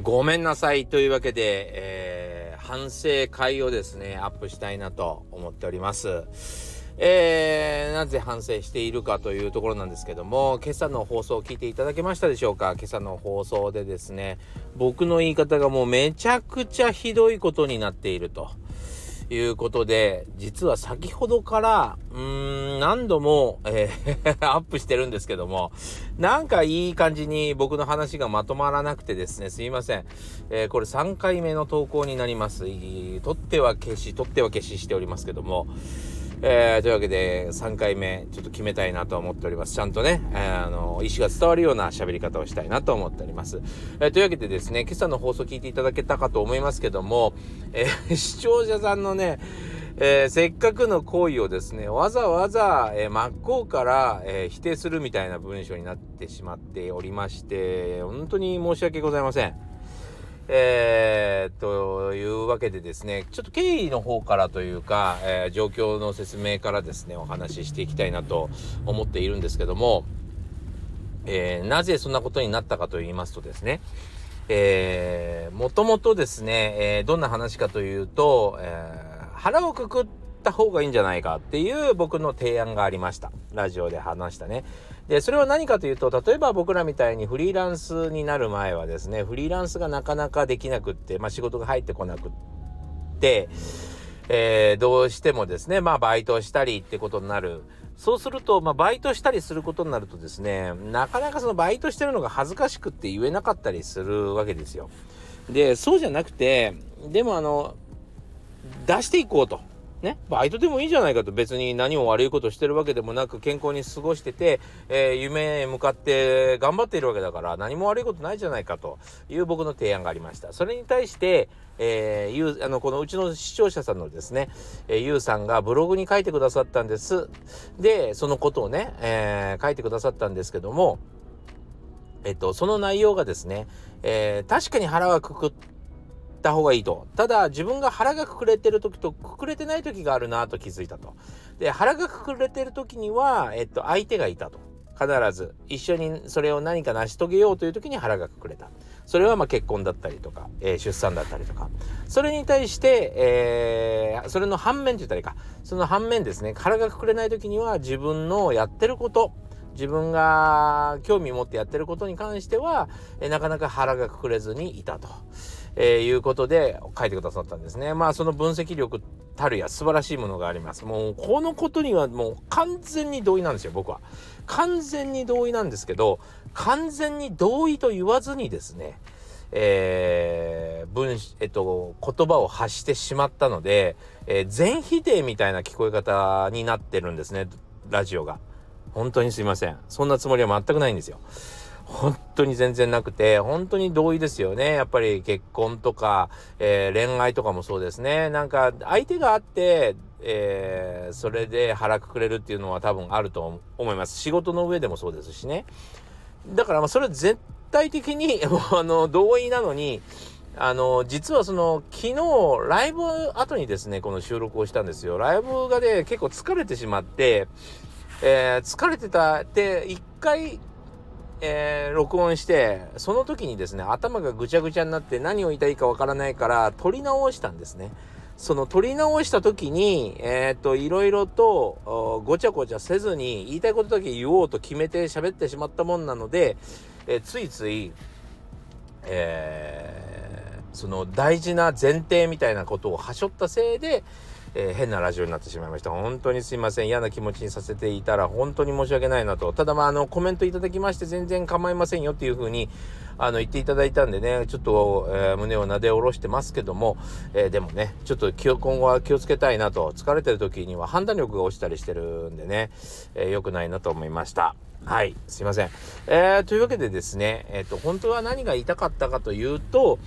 ごめんなさいというわけで、反省会をですねアップしたいなと思っております。なぜ反省しているかというところなんですけども、今朝の放送を聞いていただけましたでしょうか。今朝の放送でですね、僕の言い方がもうめちゃくちゃひどいことになっているということで、実は先ほどから何度も、アップしてるんですけども、なんかいい感じに僕の話がまとまらなくてですね、すいません。これ3回目の投稿になります。取っては消ししておりますけども、というわけで3回目ちょっと決めたいなと思っております。ちゃんとね、意思が伝わるような喋り方をしたいなと思っております。というわけでですね、今朝の放送聞いていただけたかと思いますけども、視聴者さんのね、せっかくの行為をですね、わざわざ、真っ向から、否定するみたいな文章になってしまっておりまして、本当に申し訳ございません。というわけでですね、ちょっと経緯の方からというか、状況の説明からですねお話ししていきたいなと思っているんですけども、なぜそんなことになったかと言いますとですね、もともとですね、どんな話かというと、腹をくくった方がいいんじゃないかっていう僕の提案がありました。ラジオで話したね。で、それは何かというと、例えば僕らみたいにフリーランスになる前はですね、フリーランスがなかなかできなくって、仕事が入ってこなくって、どうしてもですね、バイトしたりってことになる。そうすると、バイトしたりすることになるとですね、なかなかそのバイトしてるのが恥ずかしくって言えなかったりするわけですよ。で、そうじゃなくて、でも出していこうと。ね、バイトでもいいじゃないかと。別に何も悪いことしてるわけでもなく、健康に過ごしてて、夢へ向かって頑張っているわけだから何も悪いことないじゃないかという僕の提案がありました。それに対して、このうちの視聴者さんのですね、ゆうさんがブログに書いてくださったんです。で、そのことをね、書いてくださったんですけども、その内容がですね、確かに腹はくくった方がいいと。ただ自分が腹がくくれてる時とくくれてない時があるなと気づいたと。で、腹がくくれてる時には、相手がいたと。必ず一緒にそれを何か成し遂げようという時に腹がくくれた。それは結婚だったりとか、出産だったりとか。それに対して、それの反面って言ったらいいか。その反面ですね、腹がくくれない時には自分のやってること、自分が興味持ってやってることに関しては、なかなか腹がくくれずにいたと。いうことで書いてくださったんですね。その分析力たるや素晴らしいものがあります。もうこのことにはもう完全に同意なんですよ。僕は完全に同意なんですけど、完全に同意と言わずにですね、言葉を発してしまったので、全否定みたいな聞こえ方になってるんですね、ラジオが。本当にすいません。そんなつもりは全くないんですよ。本当に全然なくて、本当に同意ですよね。やっぱり結婚とか、恋愛とかもそうですね。なんか相手があって、それで腹くくれるっていうのは多分あると思います。仕事の上でもそうですしね。だからそれは絶対的に同意なのに、実は昨日ライブ後にですね、この収録をしたんですよ。ライブがね、結構疲れてしまって、疲れてたって一回録音して、その時にですね、頭がぐちゃぐちゃになって何を言いたいかわからないから撮り直したんですね。その撮り直した時に、いろいろとごちゃごちゃせずに言いたいことだけ言おうと決めて喋ってしまったもんなので、ついつい、その大事な前提みたいなことをはしょったせいで、変なラジオになってしまいました。本当にすいません。嫌な気持ちにさせていたら本当に申し訳ないなと。ただコメントいただきまして全然構いませんよっていう風に言っていただいたんでね、ちょっと、胸をなで下ろしてますけども、でもね、ちょっと今後は気をつけたいなと。疲れてる時には判断力が落ちたりしてるんでね、良くないなと思いました。はい、すいません。というわけでですね、本当は何が言いたかったかというと、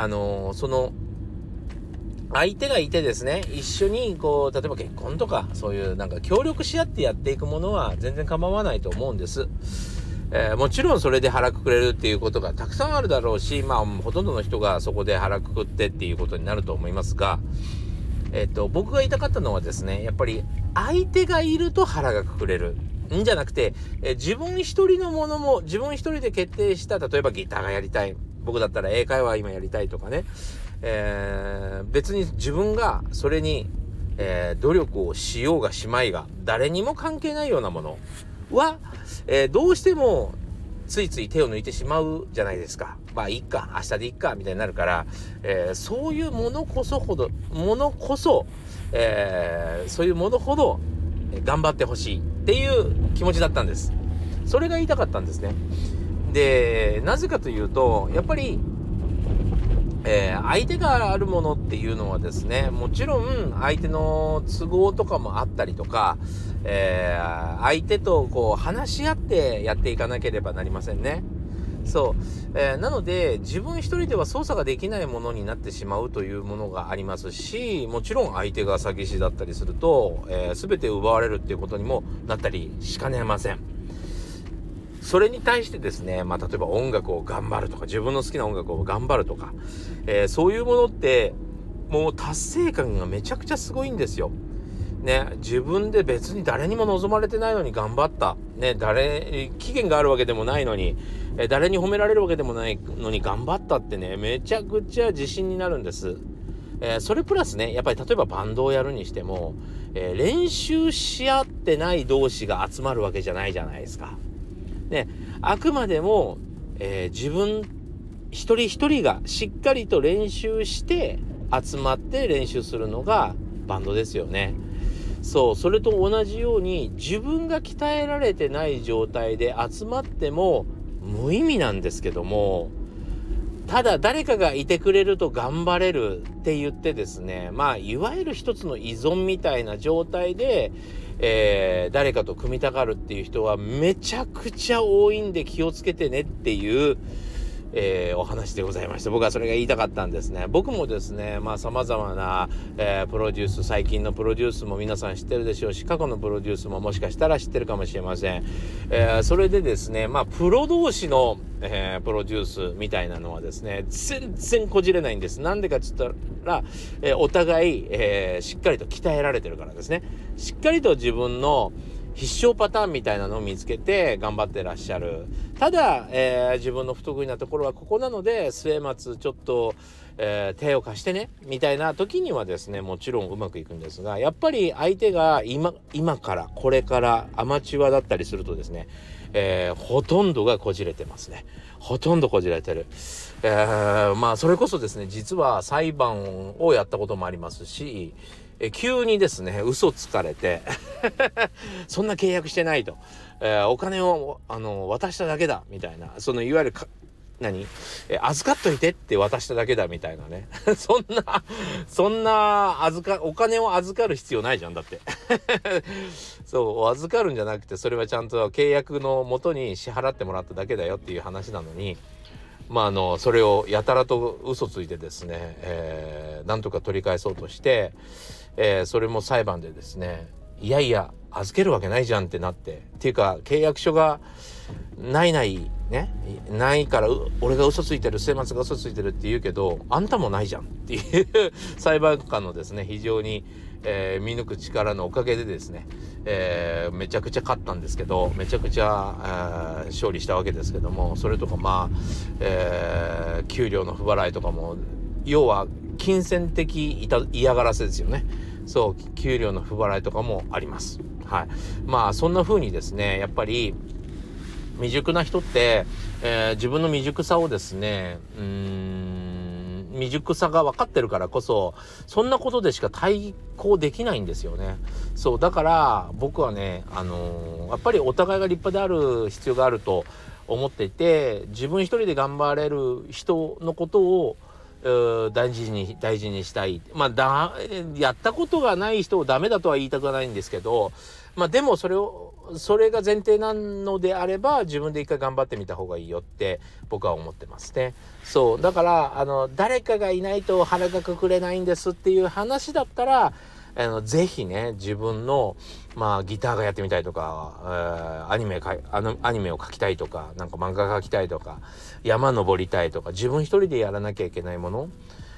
相手がいてですね、一緒に例えば結婚とかそういう協力し合ってやっていくものは全然構わないと思うんです。もちろんそれで腹くくれるっていうことがたくさんあるだろうし、ほとんどの人がそこで腹くくってっていうことになると思いますが、僕が言いたかったのはですね、やっぱり相手がいると腹がくくれるんじゃなくて、自分一人のものも自分一人で決定した、例えばギターがやりたい、 僕だったら英会話今やりたいとかね、別に自分がそれに、努力をしようがしまいが誰にも関係ないようなものは、どうしてもついつい手を抜いてしまうじゃないですか。まあいいか、明日でいいかみたいになるから、そういうものこそ、そういうものほど頑張ってほしいっていう気持ちだったんです。それが言いたかったんですね。で、なぜかというと、やっぱり、相手があるものっていうのはですね、もちろん相手の都合とかもあったりとか、相手とこう話し合ってやっていかなければなりませんね。そう、なので自分一人では操作ができないものになってしまうというものがありますし、もちろん相手が詐欺師だったりすると、全て奪われるっていうことにもなったりしかねません。それに対してですね、例えば音楽を頑張るとか、自分の好きな音楽を頑張るとか、そういうものってもう達成感がめちゃくちゃすごいんですよ。ね、自分で別に誰にも望まれてないのに頑張った。ね、期限があるわけでもないのに、誰に褒められるわけでもないのに頑張ったってね、めちゃくちゃ自信になるんです。それプラスね、やっぱり例えばバンドをやるにしても、練習し合ってない同士が集まるわけじゃないじゃないですか。ね、あくまでも、自分一人一人がしっかりと練習して集まって練習するのがバンドですよね。そう、それと同じように自分が鍛えられてない状態で集まっても無意味なんですけども、ただ誰かがいてくれると頑張れるって言ってですね、いわゆる一つの依存みたいな状態で、誰かと組みたがるっていう人はめちゃくちゃ多いんで気をつけてねっていう、お話でございました。僕はそれが言いたかったんですね。僕もですね、様々な、プロデュース、最近のプロデュースも皆さん知ってるでしょうし、過去のプロデュースももしかしたら知ってるかもしれません。それでですね、プロ同士の、プロデュースみたいなのはですね、全然こじれないんです。なんでかって言ったら、お互い、しっかりと鍛えられてるからですね。しっかりと自分の必勝パターンみたいなのを見つけて頑張ってらっしゃる。ただ、自分の不得意なところはここなので末松ちょっと、手を貸してねみたいな時にはですね、もちろんうまくいくんですが、やっぱり相手が今からこれからアマチュアだったりするとですね、ほとんどがこじれてますね。ほとんどこじれてる。それこそですね、実は裁判をやったこともありますし、急にですね嘘つかれてそんな契約してないと、お金を渡しただけだみたいな、そのいわゆる預かっといてって渡しただけだみたいなねそんなお金を預かる必要ないじゃんだってそう預かるんじゃなくて、それはちゃんと契約のもとに支払ってもらっただけだよっていう話なのに、それをやたらと嘘ついてですね、なんとか取り返そうとして、それも裁判でですね、いやいや預けるわけないじゃんってなって、っていうか契約書がないから俺が嘘ついてる、末松が嘘ついてるって言うけどあんたもないじゃんっていう裁判官のですね非常に、見抜く力のおかげでですね、めちゃくちゃ勝ったんですけど、めちゃくちゃ、勝利したわけですけども、それとか給料の不払いとかも要は金銭的嫌がらせですよね。そう、給料の不払いとかもあります。はい。そんな風にですね、やっぱり未熟な人って、自分の未熟さをですね、未熟さが分かってるからこそ、そんなことでしか対抗できないんですよね。そうだから僕はね、やっぱりお互いが立派である必要があると思っていて、自分一人で頑張れる人のことを大事にしたい。やったことがない人をダメだとは言いたくないんですけど、でもそれが前提なのであれば自分で一回頑張ってみた方がいいよって僕は思ってますね。そうだから誰かがいないと腹がくくれないんですっていう話だったら、ぜひね自分のギターがやってみたいとか、アニメを描きたいとか、漫画描きたいとか、山登りたいとか、自分一人でやらなきゃいけないもの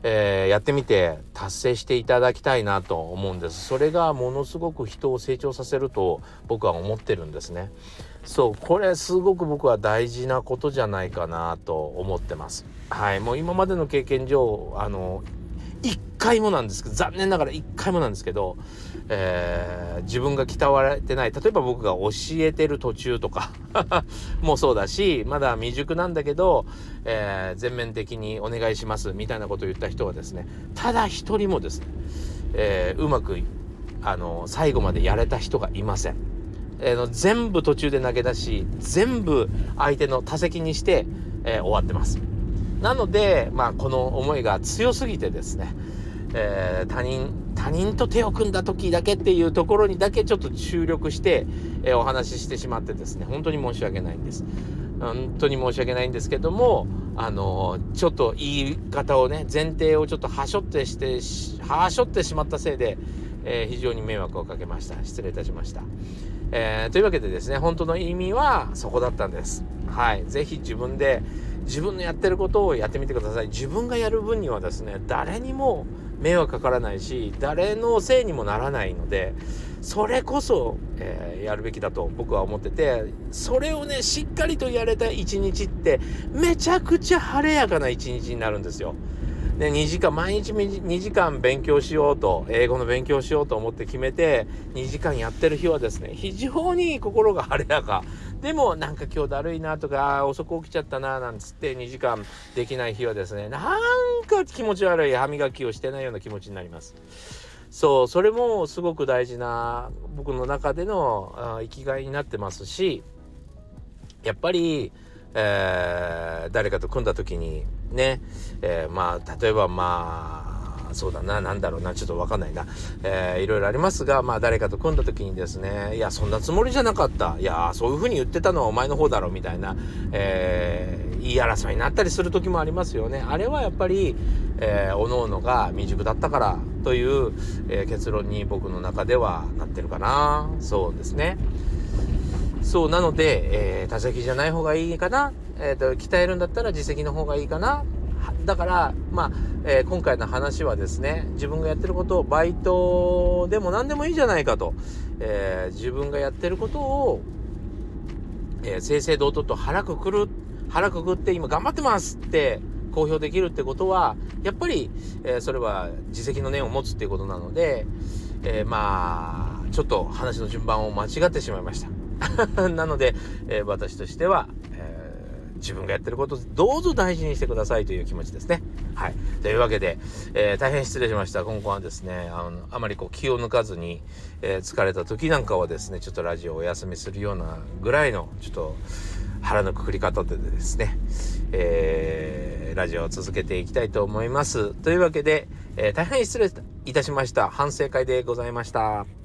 やってみて達成していただきたいなと思うんです。それがものすごく人を成長させると僕は思ってるんですね。そう、これすごく僕は大事なことじゃないかなと思ってます。はい、もう今までの経験上一回もなんですけど、残念ながら一回もなんですけど、自分が鍛われてない、例えば僕が教えてる途中とかもそうだし、まだ未熟なんだけど、全面的にお願いしますみたいなことを言った人はですね、ただ一人もですね、うまく最後までやれた人がいません。全部途中で投げ出し、全部相手の他責にして、終わってます。なのでこの思いが強すぎてですね、他人と手を組んだ時だけっていうところにだけちょっと注力して、お話ししてしまってですね、本当に申し訳ないんです。本当に申し訳ないんですけども、ちょっと言い方をね、前提をちょっとはしょってしまったせいで、非常に迷惑をかけました。失礼いたしました。というわけでですね、本当の意味はそこだったんです。はい、ぜひ自分のやってることをやってみてください。自分がやる分にはですね、誰にも迷惑かからないし、誰のせいにもならないので、それこそ、やるべきだと僕は思ってて、それをね、しっかりとやれた一日ってめちゃくちゃ晴れやかな一日になるんですよ。で、毎日2時間勉強しようと、英語の勉強しようと思って決めて2時間やってる日はですね、非常に心が晴れやかでも、なんか今日だるいなとか遅く起きちゃったななんつって2時間できない日はですね、なんか気持ち悪い、歯磨きをしてないような気持ちになります。そう、それもすごく大事な僕の中での生きがいになってますし、やっぱり誰かと組んだ時にね、例えばそうだな、なんだろうな、ちょっとわかんないな、いろいろありますが、誰かと組んだ時にですね、いやそんなつもりじゃなかった、いやそういう風に言ってたのはお前の方だろみたいな、言い争いになったりする時もありますよね。あれはやっぱり、各々が未熟だったからという、結論に僕の中ではなってるかな。そうですね。そうなので、他責じゃない方がいいかな、鍛えるんだったら自責の方がいいかな。だから今回の話はですね、自分がやってることをバイトでも何でもいいじゃないかと、自分がやってることを、正々堂々と腹くくって今頑張ってますって公表できるってことはやっぱり、それは自責の念を持つっていうことなので、ちょっと話の順番を間違ってしまいましたなので、私としては、自分がやってることをどうぞ大事にしてくださいという気持ちですね。はい。というわけで、大変失礼しました。今後はですね、あまり気を抜かずに、疲れた時なんかはですね、ちょっとラジオをお休みするようなぐらいのちょっと腹のくくり方でですね、ラジオを続けていきたいと思います。というわけで、大変失礼いたしました。反省会でございました。